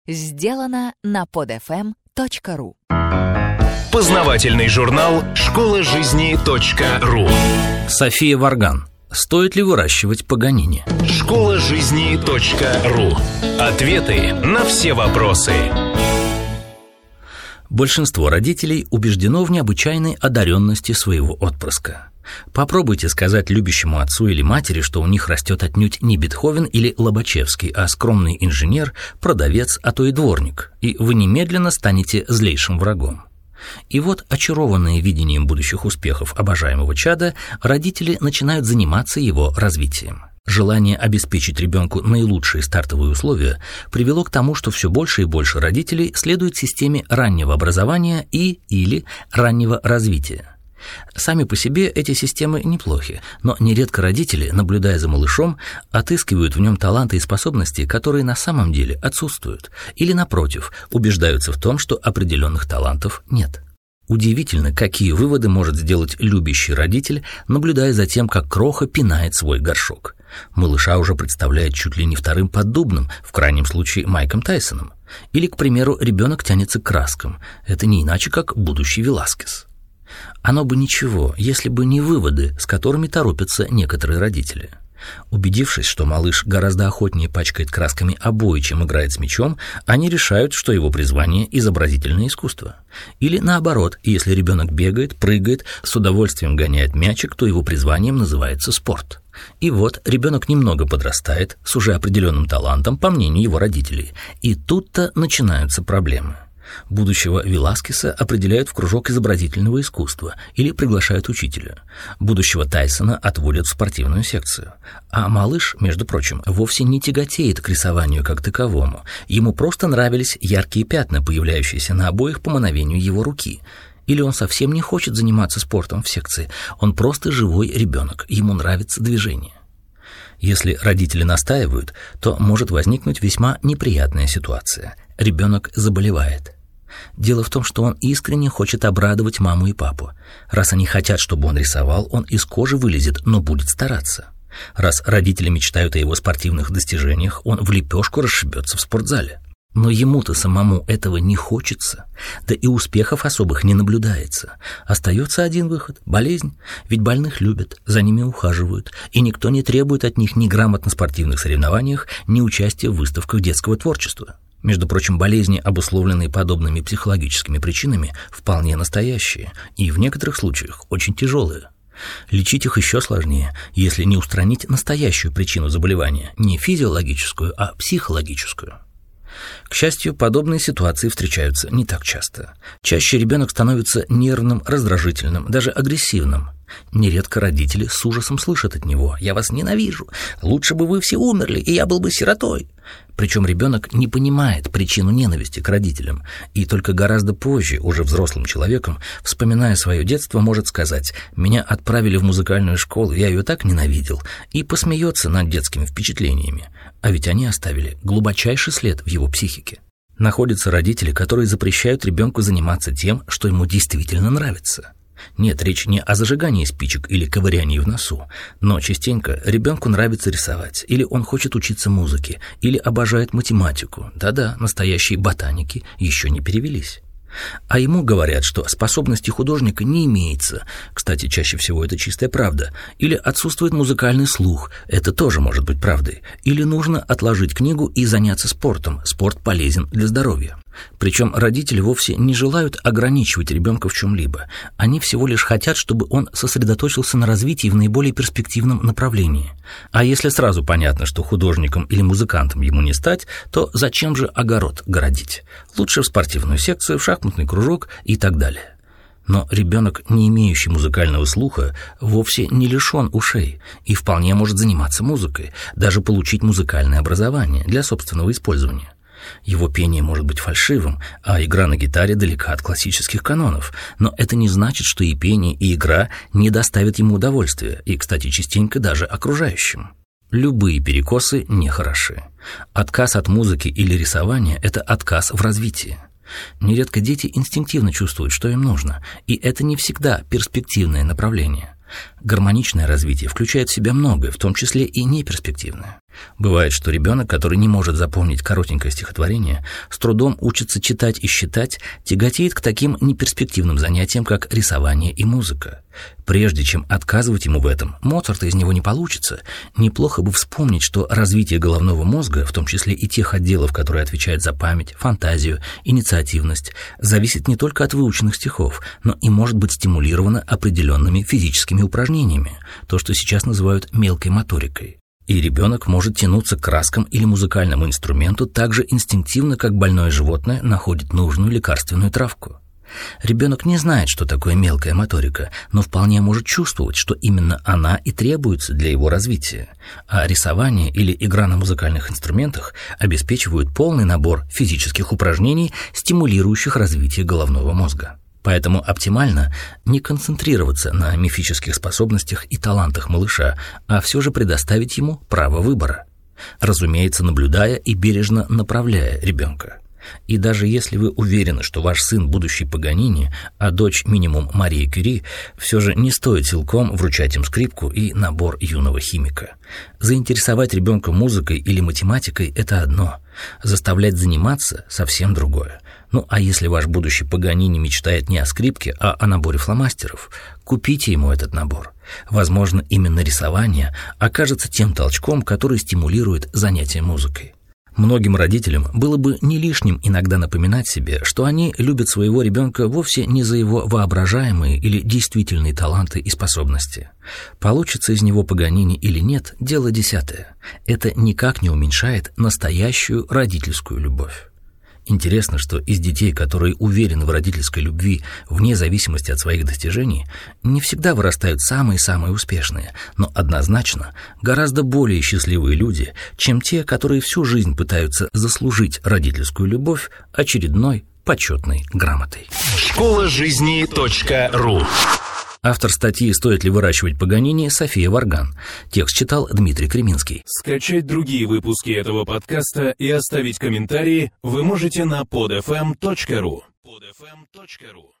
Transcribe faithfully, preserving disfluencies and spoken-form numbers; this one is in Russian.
Сделано на под эф эм точка ру. Познавательный журнал школа жизни точка ру. София Варган. Стоит ли выращивать Паганини? школа жизни точка ру. Ответы на все вопросы. Большинство родителей убеждено в необычайной одаренности своего отпрыска. Попробуйте сказать любящему отцу или матери, что у них растет отнюдь не Бетховен или Лобачевский, а скромный инженер, продавец, а то и дворник, и вы немедленно станете злейшим врагом. И вот, очарованные видением будущих успехов обожаемого чада, родители начинают заниматься его развитием. Желание обеспечить ребенку наилучшие стартовые условия привело к тому, что все больше и больше родителей следуют системе раннего образования и или раннего развития. Сами по себе эти системы неплохи, но нередко родители, наблюдая за малышом, отыскивают в нем таланты и способности, которые на самом деле отсутствуют, или, напротив, убеждаются в том, что определенных талантов нет. Удивительно, какие выводы может сделать любящий родитель, наблюдая за тем, как кроха пинает свой горшок. Малыша уже представляет чуть ли не вторым поддубным, в крайнем случае Майком Тайсоном. Или, к примеру, ребенок тянется к краскам. Это не иначе, как будущий Веласкес. Оно бы ничего, если бы не выводы, с которыми торопятся некоторые родители. Убедившись, что малыш гораздо охотнее пачкает красками обои, чем играет с мячом, они решают, что его призвание – изобразительное искусство. Или наоборот, если ребенок бегает, прыгает, с удовольствием гоняет мячик, то его призванием называется спорт. И вот ребенок немного подрастает, с уже определенным талантом, по мнению его родителей. И тут-то начинаются проблемы. Будущего Веласкеса определяют в кружок изобразительного искусства или приглашают учителя. Будущего Тайсона отводят в спортивную секцию. А малыш, между прочим, вовсе не тяготеет к рисованию как таковому. Ему просто нравились яркие пятна, появляющиеся на обоях по мановению его руки. Или он совсем не хочет заниматься спортом в секции. Он просто живой ребенок, ему нравится движение. Если родители настаивают, то может возникнуть весьма неприятная ситуация. Ребенок заболевает. Дело в том, что он искренне хочет обрадовать маму и папу. Раз они хотят, чтобы он рисовал, он из кожи вылезет, но будет стараться. Раз родители мечтают о его спортивных достижениях, он в лепешку расшибется в спортзале. Но ему-то самому этого не хочется, да и успехов особых не наблюдается. Остается один выход – болезнь, ведь больных любят, за ними ухаживают, и никто не требует от них ни грамот на спортивных соревнованиях, ни участия в выставках детского творчества. Между прочим, болезни, обусловленные подобными психологическими причинами, вполне настоящие и в некоторых случаях очень тяжелые. Лечить их еще сложнее, если не устранить настоящую причину заболевания, не физиологическую, а психологическую. К счастью, подобные ситуации встречаются не так часто. Чаще ребенок становится нервным, раздражительным, даже агрессивным. Нередко родители с ужасом слышат от него: «Я вас ненавижу, лучше бы вы все умерли, и я был бы сиротой». Причем ребенок не понимает причину ненависти к родителям, и только гораздо позже, уже взрослым человеком, вспоминая свое детство, может сказать: «Меня отправили в музыкальную школу, я ее так ненавидел», и посмеется над детскими впечатлениями, а ведь они оставили глубочайший след в его психике. Находятся родители, которые запрещают ребенку заниматься тем, что ему действительно нравится. Нет, речь не о зажигании спичек или ковырянии в носу, но частенько ребенку нравится рисовать, или он хочет учиться музыке, или обожает математику. Да-да, настоящие ботаники еще не перевелись. А ему говорят, что способности художника не имеется, кстати, чаще всего это чистая правда, или отсутствует музыкальный слух, это тоже может быть правдой, или нужно отложить книгу и заняться спортом, спорт полезен для здоровья. Причем родители вовсе не желают ограничивать ребенка в чем-либо, они всего лишь хотят, чтобы он сосредоточился на развитии в наиболее перспективном направлении. А если сразу понятно, что художником или музыкантом ему не стать, то зачем же огород городить? Лучше в спортивную секцию, в шахматный кружок и так далее. Но ребенок, не имеющий музыкального слуха, вовсе не лишен ушей и вполне может заниматься музыкой, даже получить музыкальное образование для собственного использования. Его пение может быть фальшивым, а игра на гитаре далека от классических канонов, но это не значит, что и пение, и игра не доставят ему удовольствия, и, кстати, частенько даже окружающим. Любые перекосы нехороши. Отказ от музыки или рисования – это отказ в развитии. Нередко дети инстинктивно чувствуют, что им нужно, и это не всегда перспективное направление. Гармоничное развитие включает в себя многое, в том числе и неперспективное. Бывает, что ребенок, который не может запомнить коротенькое стихотворение, с трудом учится читать и считать, тяготеет к таким неперспективным занятиям, как рисование и музыка. Прежде чем отказывать ему в этом, Моцарта из него не получится. Неплохо бы вспомнить, что развитие головного мозга, в том числе и тех отделов, которые отвечают за память, фантазию, инициативность, зависит не только от выученных стихов, но и может быть стимулировано определенными физическими упражнениями, то, что сейчас называют мелкой моторикой. И ребенок может тянуться к краскам или музыкальному инструменту так же инстинктивно, как больное животное находит нужную лекарственную травку. Ребенок не знает, что такое мелкая моторика, но вполне может чувствовать, что именно она и требуется для его развития. А рисование или игра на музыкальных инструментах обеспечивают полный набор физических упражнений, стимулирующих развитие головного мозга. Поэтому оптимально не концентрироваться на мифических способностях и талантах малыша, а все же предоставить ему право выбора. Разумеется, наблюдая и бережно направляя ребенка. И даже если вы уверены, что ваш сын будущий Паганини, а дочь минимум Марии Кюри, все же не стоит силком вручать им скрипку и набор юного химика. Заинтересовать ребенка музыкой или математикой – это одно, заставлять заниматься – совсем другое. Ну а если ваш будущий Паганини мечтает не о скрипке, а о наборе фломастеров, купите ему этот набор. Возможно, именно рисование окажется тем толчком, который стимулирует занятие музыкой. Многим родителям было бы не лишним иногда напоминать себе, что они любят своего ребенка вовсе не за его воображаемые или действительные таланты и способности. Получится из него Паганини или нет – дело десятое. Это никак не уменьшает настоящую родительскую любовь. Интересно, что из детей, которые уверены в родительской любви вне зависимости от своих достижений, не всегда вырастают самые-самые успешные, но однозначно гораздо более счастливые люди, чем те, которые всю жизнь пытаются заслужить родительскую любовь очередной почетной грамотой. школа жизни точка ру. Автор статьи «Стоит ли выращивать Паганини» София Варган. Текст читал Дмитрий Креминский. Скачать другие выпуски этого подкаста и оставить комментарии вы можете на под эф эм точка ру. под эф эм точка ру